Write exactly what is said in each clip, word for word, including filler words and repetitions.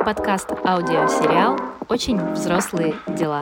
подкаст аудиосериал «Очень взрослые дела».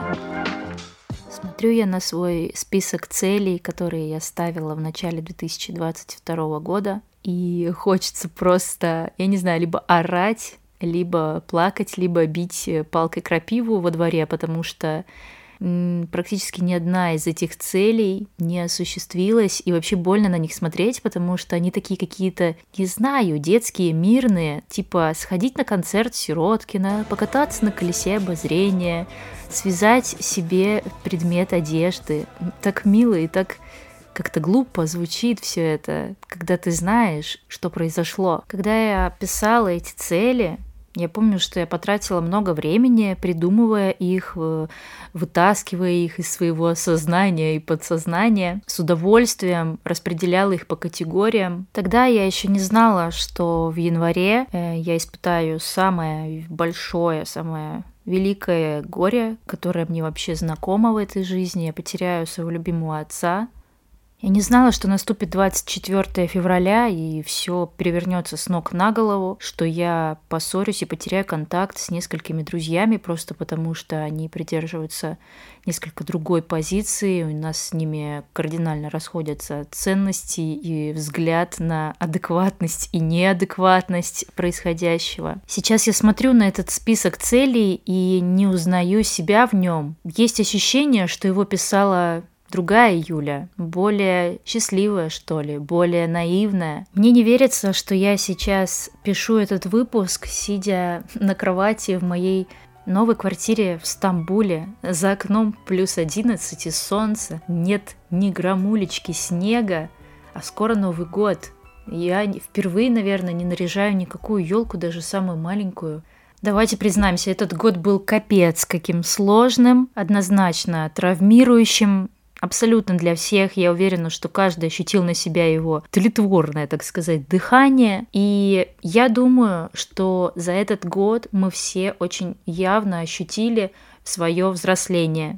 Смотрю я на свой список целей, которые я ставила в начале две тысячи двадцать второго года, и хочется просто, я не знаю, либо орать, либо плакать, либо бить палкой крапиву во дворе, потому что практически ни одна из этих целей не осуществилась, и вообще больно на них смотреть, потому что они такие какие-то, не знаю, детские, мирные, типа сходить на концерт Сироткина, покататься на колесе обозрения, связать себе предмет одежды. Так мило и так как-то глупо звучит все это, когда ты знаешь, что произошло. Когда я писала эти цели, я помню, что я потратила много времени, придумывая их, вытаскивая их из своего сознания и подсознания, с удовольствием распределяла их по категориям. Тогда я еще не знала, что в январе я испытаю самое большое, самое великое горе, которое мне вообще знакомо в этой жизни. Я потеряю своего любимого отца. Я не знала, что наступит двадцать четвёртого февраля, и все перевернется с ног на голову, что я поссорюсь и потеряю контакт с несколькими друзьями, просто потому что они придерживаются несколько другой позиции, у нас с ними кардинально расходятся ценности и взгляд на адекватность и неадекватность происходящего. Сейчас я смотрю на этот список целей и не узнаю себя в нем. Есть ощущение, что его писала другая Юля, более счастливая, что ли, более наивная. Мне не верится, что я сейчас пишу этот выпуск, сидя на кровати в моей новой квартире в Стамбуле. За окном плюс одиннадцать и солнце. Нет ни грамулечки снега, а скоро Новый год. Я впервые, наверное, не наряжаю никакую елку, даже самую маленькую. Давайте признаемся, этот год был капец каким сложным, однозначно травмирующим, абсолютно для всех. Я уверена, что каждый ощутил на себя его тлетворное, так сказать, дыхание. И я думаю, что за этот год мы все очень явно ощутили свое взросление.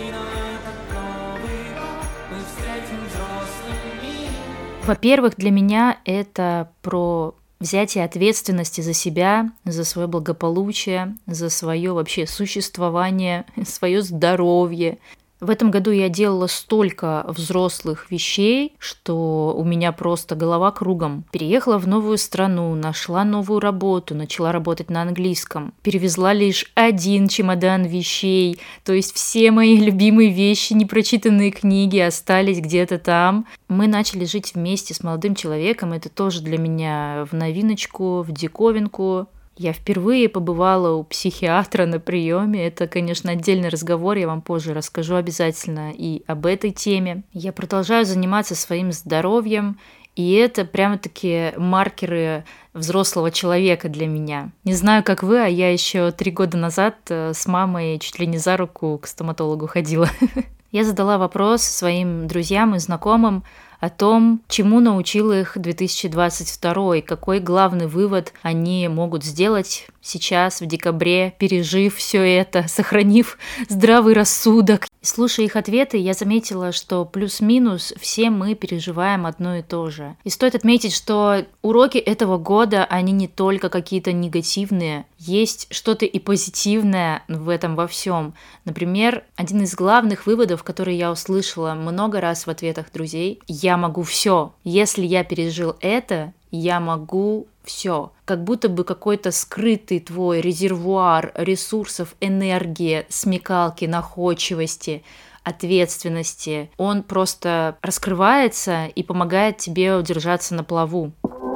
Во-первых, для меня это про взятие ответственности за себя, за свое благополучие, за свое вообще существование, свое здоровье. В этом году я делала столько взрослых вещей, что у меня просто голова кругом. Переехала в новую страну, нашла новую работу, начала работать на английском. Перевезла лишь один чемодан вещей, то есть все мои любимые вещи, непрочитанные книги остались где-то там. Мы начали жить вместе с молодым человеком, это тоже для меня в новиночку, в диковинку. Я впервые побывала у психиатра на приеме. Это, конечно, отдельный разговор, я вам позже расскажу обязательно и об этой теме. Я продолжаю заниматься своим здоровьем, и это прямо-таки маркеры взрослого человека для меня. Не знаю, как вы, а я еще три года назад с мамой чуть ли не за руку к стоматологу ходила. Я задала вопрос своим друзьям и знакомым о том, чему научил их две тысячи двадцать второй, какой главный вывод они могут сделать сейчас, в декабре, пережив все это, сохранив здравый рассудок. И слушая их ответы, я заметила, что плюс-минус все мы переживаем одно и то же. И стоит отметить, что уроки этого года, они не только какие-то негативные, есть что-то и позитивное в этом во всем. Например, один из главных выводов, который я услышала много раз в ответах друзей: я могу все. Если я пережил это, я могу все. Как будто бы какой-то скрытый твой резервуар ресурсов, энергии, смекалки, находчивости, ответственности, он просто раскрывается и помогает тебе удержаться на плаву.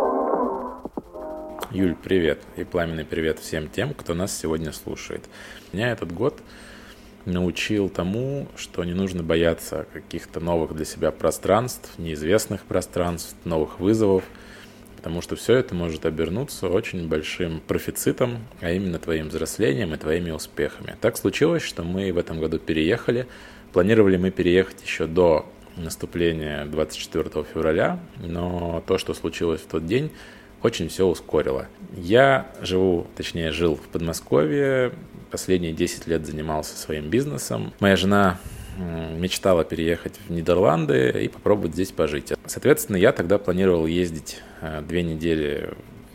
Юль, привет. И пламенный привет всем тем, кто нас сегодня слушает. Меня этот год научил тому, что не нужно бояться каких-то новых для себя пространств, неизвестных пространств, новых вызовов, потому что все это может обернуться очень большим профицитом, а именно твоим взрослением и твоими успехами. Так случилось, что мы в этом году переехали. Планировали мы переехать еще до наступления двадцать четвёртого февраля, но то, что случилось в тот день, очень все ускорило. Я живу, точнее жил в Подмосковье, последние десять лет занимался своим бизнесом. Моя жена мечтала переехать в Нидерланды и попробовать здесь пожить. Соответственно, я тогда планировал ездить две недели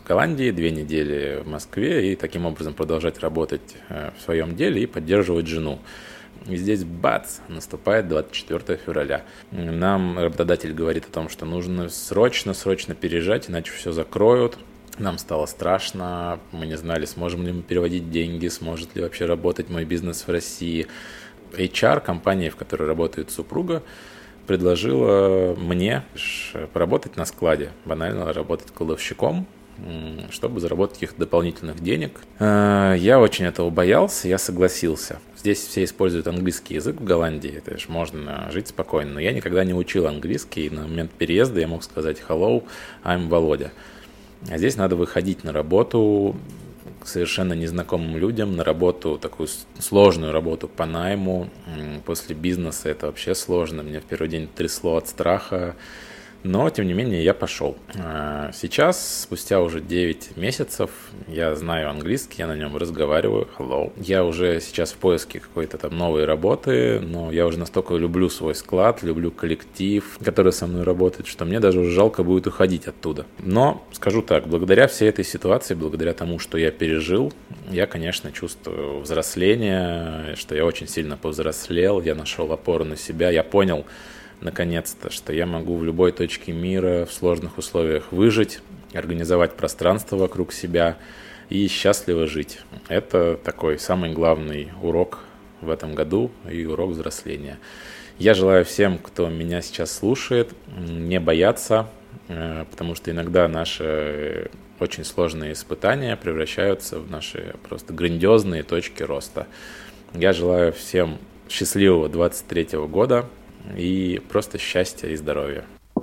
в Голландии, две недели в Москве, и таким образом продолжать работать в своем деле и поддерживать жену. И здесь, бац, наступает двадцать четвёртого февраля. Нам работодатель говорит о том, что нужно срочно-срочно переезжать, иначе все закроют. Нам стало страшно, мы не знали, сможем ли мы переводить деньги, сможет ли вообще работать мой бизнес в России. эйч ар компании, в которой работает супруга, предложила мне поработать на складе, банально работать кладовщиком, чтобы заработать каких-то дополнительных денег. Я очень этого боялся, я согласился. Здесь все используют английский язык в Голландии, это же можно жить спокойно, но я никогда не учил английский, и на момент переезда я мог сказать «Hello, I'm Володя». А здесь надо выходить на работу к совершенно незнакомым людям, на работу, такую сложную работу по найму. После бизнеса это вообще сложно, меня в первый день трясло от страха. Но, тем не менее, я пошел. Сейчас, спустя уже девять месяцев, я знаю английский, я на нем разговариваю. Hello. Я уже сейчас в поиске какой-то там новой работы, но я уже настолько люблю свой склад, люблю коллектив, который со мной работает, что мне даже уже жалко будет уходить оттуда. Но, скажу так, благодаря всей этой ситуации, благодаря тому, что я пережил, я, конечно, чувствую взросление, что я очень сильно повзрослел, я нашел опору на себя, я понял, наконец-то, что я могу в любой точке мира в сложных условиях выжить, организовать пространство вокруг себя и счастливо жить. Это такой самый главный урок в этом году и урок взросления. Я желаю всем, кто меня сейчас слушает, не бояться, потому что иногда наши очень сложные испытания превращаются в наши просто грандиозные точки роста. Я желаю всем счастливого двадцать третьего года, и просто счастья и здоровья.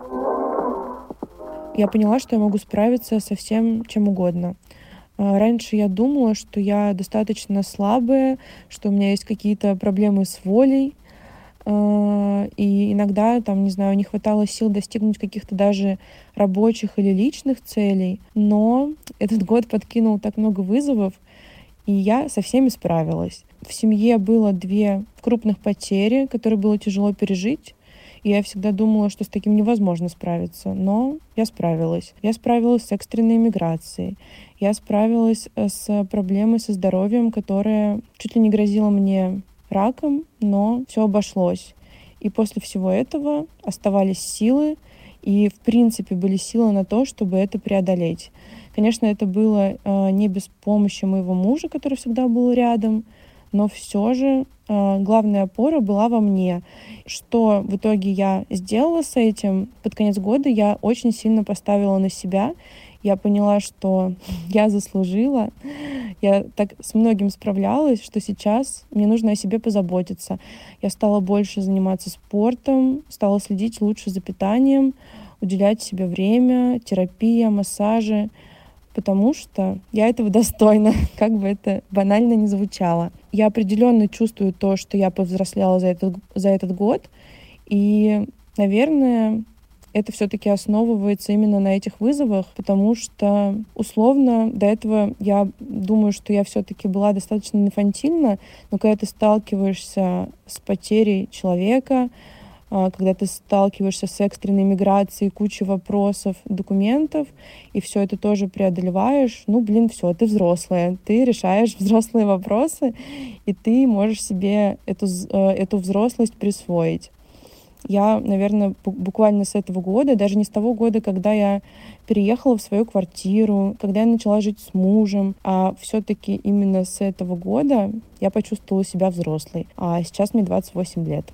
Я поняла, что я могу справиться со всем, чем угодно. Раньше я думала, что я достаточно слабая, что у меня есть какие-то проблемы с волей, и иногда, там, не знаю, не хватало сил достигнуть каких-то даже рабочих или личных целей. Но этот год подкинул так много вызовов, и я со всеми справилась. В семье было две крупных потери, которые было тяжело пережить. И я всегда думала, что с таким невозможно справиться. Но я справилась. Я справилась с экстренной миграцией. Я справилась с проблемой со здоровьем, которая чуть ли не грозила мне раком, но все обошлось. И после всего этого оставались силы, и в принципе были силы на то, чтобы это преодолеть. Конечно, это было э, не без помощи моего мужа, который всегда был рядом, но все же э, главная опора была во мне. Что в итоге я сделала с этим? Под конец года я очень сильно поставила на себя. Я поняла, что я заслужила. Я так с многим справлялась, что сейчас мне нужно о себе позаботиться. Я стала больше заниматься спортом, стала следить лучше за питанием, уделять себе время, терапия, массажи, потому что я этого достойна, как бы это банально ни звучало. Я определенно чувствую то, что я повзрослела за этот, за этот год, и, наверное, это все-таки основывается именно на этих вызовах, потому что, условно, до этого я думаю, что я все-таки была достаточно инфантильна, но когда ты сталкиваешься с потерей человека, когда ты сталкиваешься с экстренной миграцией, кучей вопросов, документов, и все это тоже преодолеваешь, ну, блин, все, ты взрослая, ты решаешь взрослые вопросы, и ты можешь себе эту, эту взрослость присвоить. Я, наверное, буквально с этого года, даже не с того года, когда я переехала в свою квартиру, когда я начала жить с мужем, а все-таки именно с этого года я почувствовала себя взрослой. А сейчас мне двадцать восемь лет.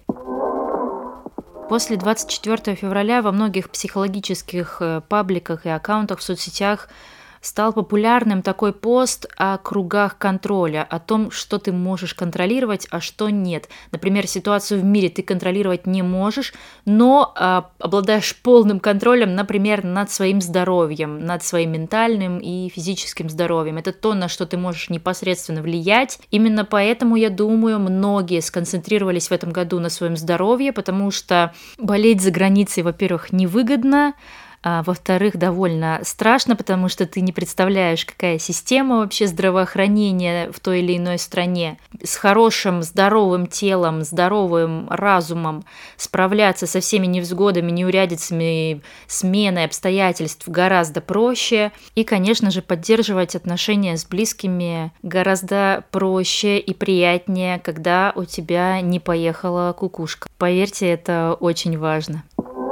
После двадцать четвёртого февраля во многих психологических пабликах и аккаунтах в соцсетях стал популярным такой пост о кругах контроля, о том, что ты можешь контролировать, а что нет. Например, ситуацию в мире ты контролировать не можешь, но э, обладаешь полным контролем, например, над своим здоровьем, над своим ментальным и физическим здоровьем. Это то, на что ты можешь непосредственно влиять. Именно поэтому, я думаю, многие сконцентрировались в этом году на своем здоровье, потому что болеть за границей, во-первых, невыгодно, А, во-вторых, довольно страшно, потому что ты не представляешь, какая система вообще здравоохранения в той или иной стране. С хорошим, здоровым телом, здоровым разумом справляться со всеми невзгодами, неурядицами, сменой обстоятельств гораздо проще. И, конечно же, поддерживать отношения с близкими гораздо проще и приятнее, когда у тебя не поехала кукушка. Поверьте, это очень важно.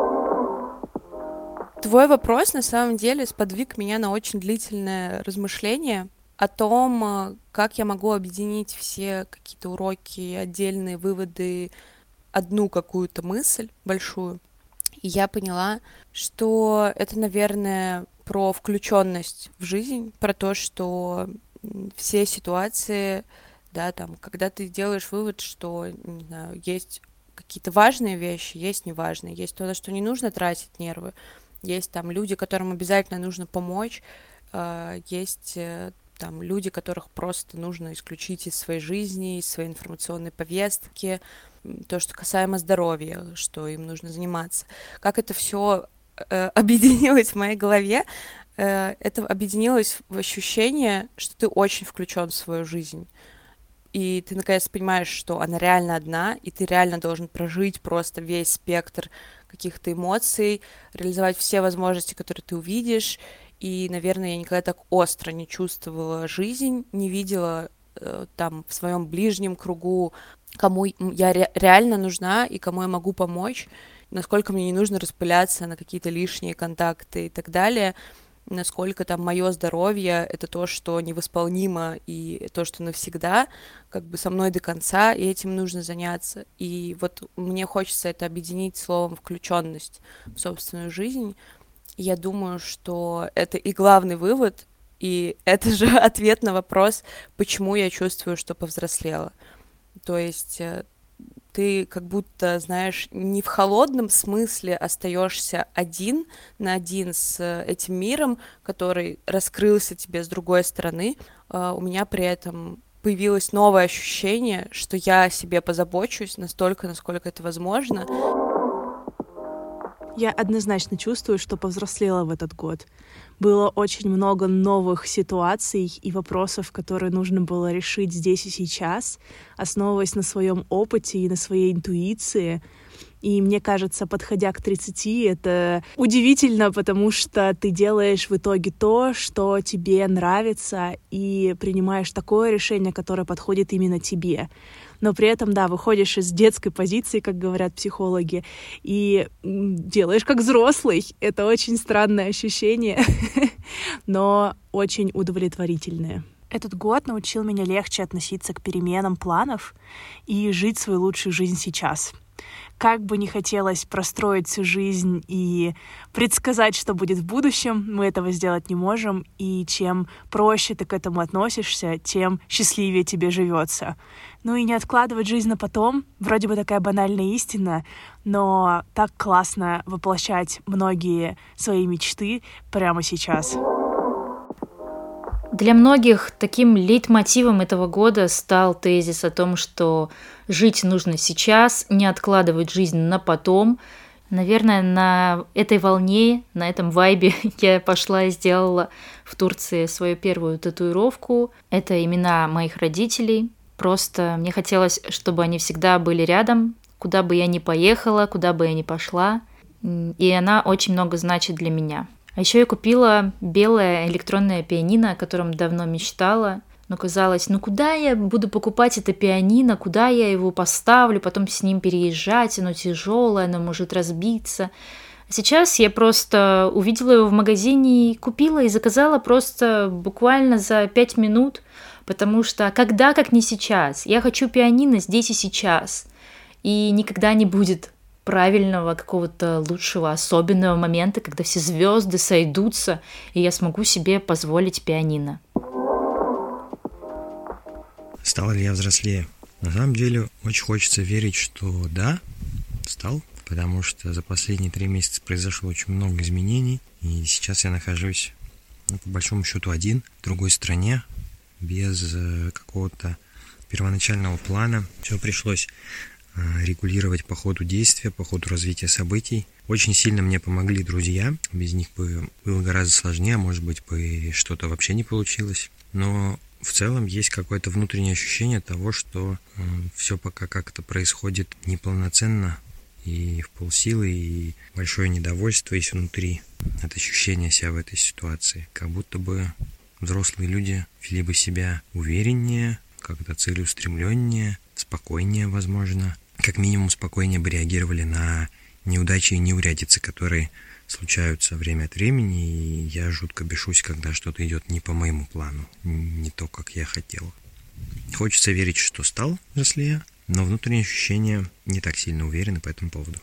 Твой вопрос, на самом деле, сподвиг меня на очень длительное размышление о том, как я могу объединить все какие-то уроки, отдельные выводы, одну какую-то мысль большую. И я поняла, что это, наверное, про включенность в жизнь, про то, что все ситуации, да, там, когда ты делаешь вывод, что, не знаю, есть какие-то важные вещи, есть неважные, есть то, на что не нужно тратить нервы, есть там люди, которым обязательно нужно помочь, есть там люди, которых просто нужно исключить из своей жизни, из своей информационной повестки, то, что касаемо здоровья, что им нужно заниматься. Как это все объединилось в моей голове? Это объединилось в ощущение, что ты очень включен в свою жизнь. И ты наконец понимаешь, что она реально одна, и ты реально должен прожить просто весь спектр каких-то эмоций, реализовать все возможности, которые ты увидишь. И, наверное, я никогда так остро не чувствовала жизнь, не видела э, там в своем ближнем кругу, кому я ре- реально нужна и кому я могу помочь, насколько мне не нужно распыляться на какие-то лишние контакты и так далее, насколько там мое здоровье — это то, что невосполнимо, и то, что навсегда, как бы со мной до конца, и этим нужно заняться. И вот мне хочется это объединить словом «включенность» в собственную жизнь. Я думаю, что это и главный вывод, и это же ответ на вопрос, почему я чувствую, что повзрослела. То есть ты как будто, знаешь, не в холодном смысле остаешься один на один с этим миром, который раскрылся тебе с другой стороны. У меня при этом появилось новое ощущение, что я о себе позабочусь настолько, насколько это возможно. Я однозначно чувствую, что повзрослела в этот год. Было очень много новых ситуаций и вопросов, которые нужно было решить здесь и сейчас, основываясь на своем опыте и на своей интуиции. И мне кажется, подходя к тридцати, это удивительно, потому что ты делаешь в итоге то, что тебе нравится, и принимаешь такое решение, которое подходит именно тебе. Но при этом, да, выходишь из детской позиции, как говорят психологи, и делаешь как взрослый. Это очень странное ощущение, но очень удовлетворительное. Этот год научил меня легче относиться к переменам планов и жить свою лучшую жизнь сейчас. Как бы ни хотелось простроить всю жизнь и предсказать, что будет в будущем, мы этого сделать не можем, и чем проще ты к этому относишься, тем счастливее тебе живется. Ну и не откладывать жизнь на потом, вроде бы такая банальная истина, но так классно воплощать многие свои мечты прямо сейчас. Для многих таким лейтмотивом этого года стал тезис о том, что жить нужно сейчас, не откладывать жизнь на потом. Наверное, на этой волне, на этом вайбе я пошла и сделала в Турции свою первую татуировку. Это имена моих родителей. Просто мне хотелось, чтобы они всегда были рядом, куда бы я ни поехала, куда бы я ни пошла. И она очень много значит для меня. А еще я купила белое электронное пианино, о котором давно мечтала. Но казалось, ну куда я буду покупать это пианино, куда я его поставлю, потом с ним переезжать, оно тяжелое, оно может разбиться. А сейчас я просто увидела его в магазине и купила, и заказала просто буквально за пять минут, потому что когда, как не сейчас, я хочу пианино здесь и сейчас, и никогда не будет правильного, какого-то лучшего, особенного момента, когда все звезды сойдутся, и я смогу себе позволить пианино. Стал ли я взрослее? На самом деле, очень хочется верить, что да, стал, потому что за последние три месяца произошло очень много изменений, и сейчас я нахожусь, ну, по большому счету, один, в другой стране, без какого-то первоначального плана. Все пришлось регулировать по ходу действия, по ходу развития событий. Очень сильно мне помогли друзья, без них бы было гораздо сложнее, а может быть бы что-то вообще не получилось. Но в целом есть какое-то внутреннее ощущение того, что э, все пока как-то происходит неполноценно и в полсилы, и большое недовольство есть внутри от ощущения себя в этой ситуации. Как будто бы взрослые люди вели бы себя увереннее, как-то целеустремленнее, спокойнее, возможно. Как минимум спокойнее бы реагировали на неудачи и неурядицы, которые случаются время от времени, и я жутко бешусь, когда что-то идет не по моему плану, не то, как я хотел. Хочется верить, что стал взрослее, но внутренние ощущения не так сильно уверены по этому поводу.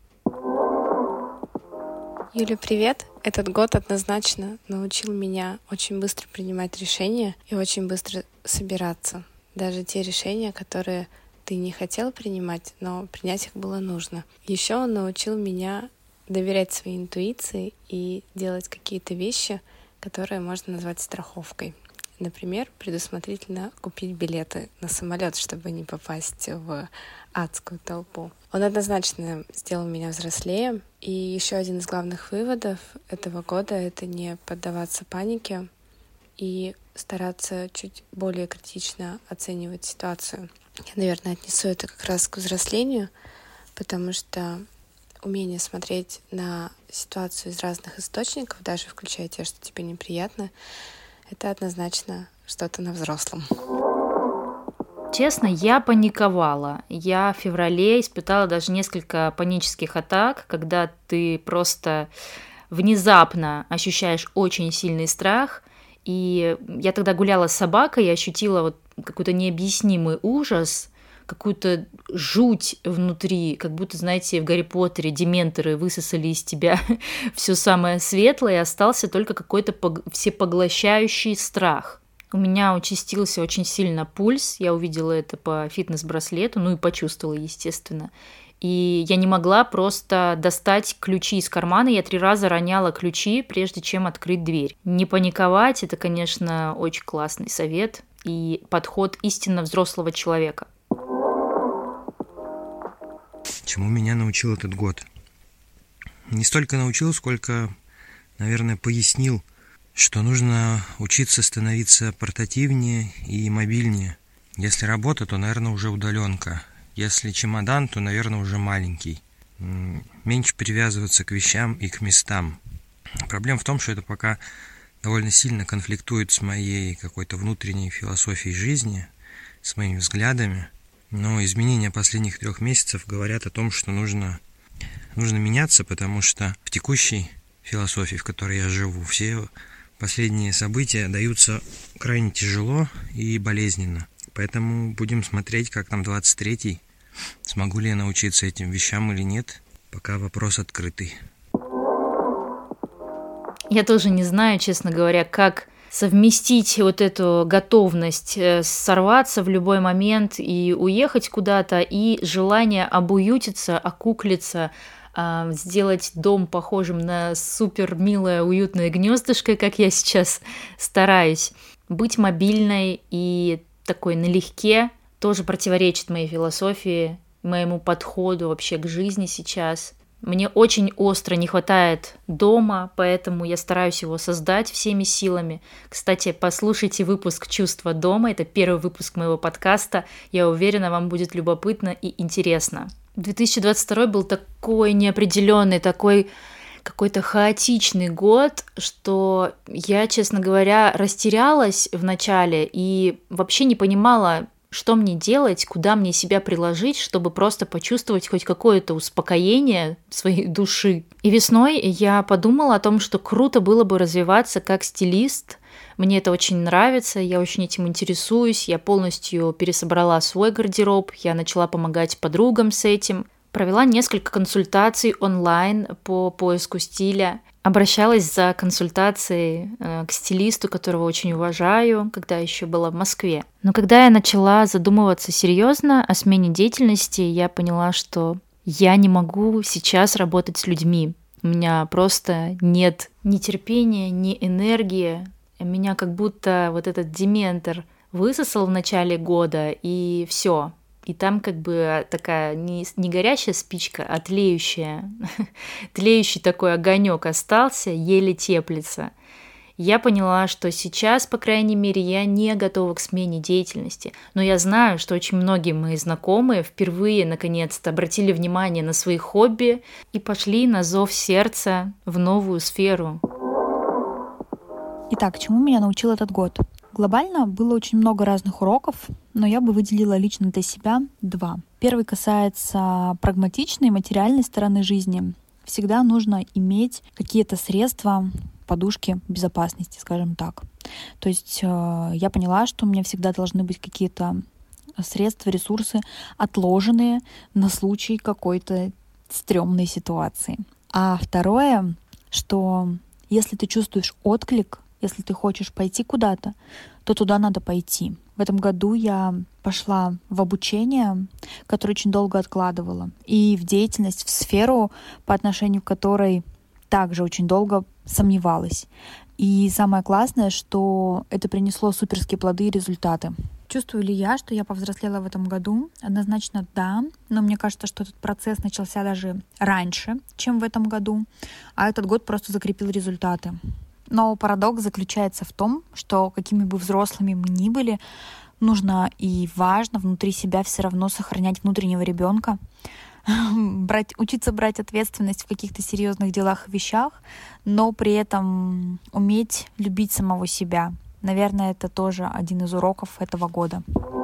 Юля, привет! Этот год однозначно научил меня очень быстро принимать решения и очень быстро собираться. Даже те решения, которые ты не хотел принимать, но принять их было нужно. Еще он научил меня доверять своей интуиции и делать какие-то вещи, которые можно назвать страховкой. Например, предусмотрительно купить билеты на самолет, чтобы не попасть в адскую толпу. Он однозначно сделал меня взрослее. И еще один из главных выводов этого года — это не поддаваться панике и стараться чуть более критично оценивать ситуацию. Я, наверное, отнесу это как раз к взрослению, потому что умение смотреть на ситуацию из разных источников, даже включая те, что тебе неприятно, это однозначно что-то на взрослом. Честно, я паниковала. Я в феврале испытала даже несколько панических атак, когда ты просто внезапно ощущаешь очень сильный страх. И я тогда гуляла с собакой и ощутила вот какой-то необъяснимый ужас, какую-то жуть внутри, как будто, знаете, в Гарри Поттере дементоры высосали из тебя все самое светлое, и остался только какой-то всепоглощающий страх. У меня участился очень сильно пульс, я увидела это по фитнес-браслету, ну и почувствовала, естественно. И я не могла просто достать ключи из кармана, я три раза роняла ключи, прежде чем открыть дверь. Не паниковать — это, конечно, очень классный совет и подход истинно взрослого человека. Чему меня научил этот год? Не столько научил, сколько, наверное, пояснил, что нужно учиться становиться портативнее и мобильнее. Если работа, то, наверное, уже удаленка. Если чемодан, то, наверное, уже маленький. Меньше привязываться к вещам и к местам. Проблема в том, что это пока довольно сильно конфликтует с моей какой-то внутренней философией жизни, с моими взглядами. Но изменения последних трех месяцев говорят о том, что нужно, нужно меняться, потому что в текущей философии, в которой я живу, все последние события даются крайне тяжело и болезненно. Поэтому будем смотреть, как там двадцать третий, смогу ли я научиться этим вещам или нет, пока вопрос открытый. Я тоже не знаю, честно говоря, как совместить вот эту готовность сорваться в любой момент и уехать куда-то, и желание обуютиться, окуклиться, сделать дом похожим на супер милое, уютное гнездышко, как я сейчас стараюсь. Быть мобильной и такой налегке тоже противоречит моей философии, моему подходу вообще к жизни сейчас. Мне очень остро не хватает дома, поэтому я стараюсь его создать всеми силами. Кстати, послушайте выпуск «Чувство дома». Это первый выпуск моего подкаста. Я уверена, вам будет любопытно и интересно. две тысячи двадцать второй был такой неопределенный, такой какой-то хаотичный год, что я, честно говоря, растерялась в начале и вообще не понимала, что мне делать, куда мне себя приложить, чтобы просто почувствовать хоть какое-то успокоение своей души. И весной я подумала о том, что круто было бы развиваться как стилист. Мне это очень нравится, я очень этим интересуюсь, я полностью пересобрала свой гардероб, я начала помогать подругам с этим, провела несколько консультаций онлайн по поиску стиля, обращалась за консультацией к стилисту, которого очень уважаю, когда еще была в Москве. Но когда я начала задумываться серьезно о смене деятельности, я поняла, что я не могу сейчас работать с людьми. У меня просто нет ни терпения, ни энергии. Меня как будто вот этот дементор высосал в начале года, и все. И там как бы такая не, не горящая спичка, а тлеющая. Тлеющий такой огонек остался, еле теплится. Я поняла, что сейчас, по крайней мере, я не готова к смене деятельности. Но я знаю, что очень многие мои знакомые впервые, наконец-то, обратили внимание на свои хобби и пошли на зов сердца в новую сферу. Итак, чему меня научил этот год? Глобально было очень много разных уроков, но я бы выделила лично для себя два. Первый касается прагматичной, материальной стороны жизни. Всегда нужно иметь какие-то средства, подушки безопасности, скажем так. То есть э, я поняла, что у меня всегда должны быть какие-то средства, ресурсы отложенные на случай какой-то стрёмной ситуации. А второе, что если ты чувствуешь отклик, если ты хочешь пойти куда-то, то туда надо пойти. В этом году я пошла в обучение, которое очень долго откладывала, и в деятельность, в сферу, по отношению к которой также очень долго сомневалась. И самое классное, что это принесло суперские плоды и результаты. Чувствую ли я, что я повзрослела в этом году? Однозначно да, но мне кажется, что этот процесс начался даже раньше, чем в этом году, а этот год просто закрепил результаты. Но парадокс заключается в том, что какими бы взрослыми мы ни были, нужно и важно внутри себя все равно сохранять внутреннего ребенка, брать, учиться брать ответственность в каких-то серьезных делах и вещах, но при этом уметь любить самого себя. Наверное, это тоже один из уроков этого года.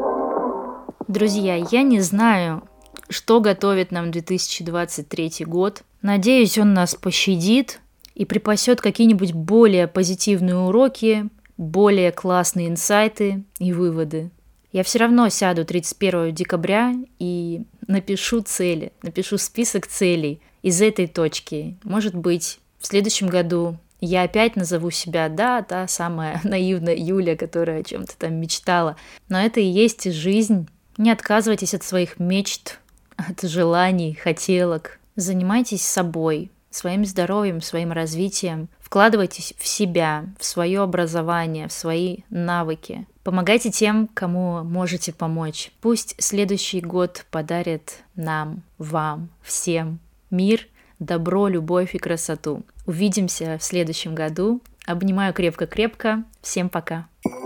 Друзья, я не знаю, что готовит нам две тысячи двадцать третий год. Надеюсь, он нас пощадит и припасет какие-нибудь более позитивные уроки, более классные инсайты и выводы. Я все равно сяду тридцать первого декабря и напишу цели, напишу список целей из этой точки. Может быть, в следующем году я опять назову себя, да, та самая наивная Юля, которая о чем-то там мечтала. Но это и есть жизнь. Не отказывайтесь от своих мечт, от желаний, хотелок. Занимайтесь собой, своим здоровьем, своим развитием. Вкладывайтесь в себя, в свое образование, в свои навыки. Помогайте тем, кому можете помочь. Пусть следующий год подарит нам, вам, всем мир, добро, любовь и красоту. Увидимся в следующем году. Обнимаю крепко-крепко. Всем пока.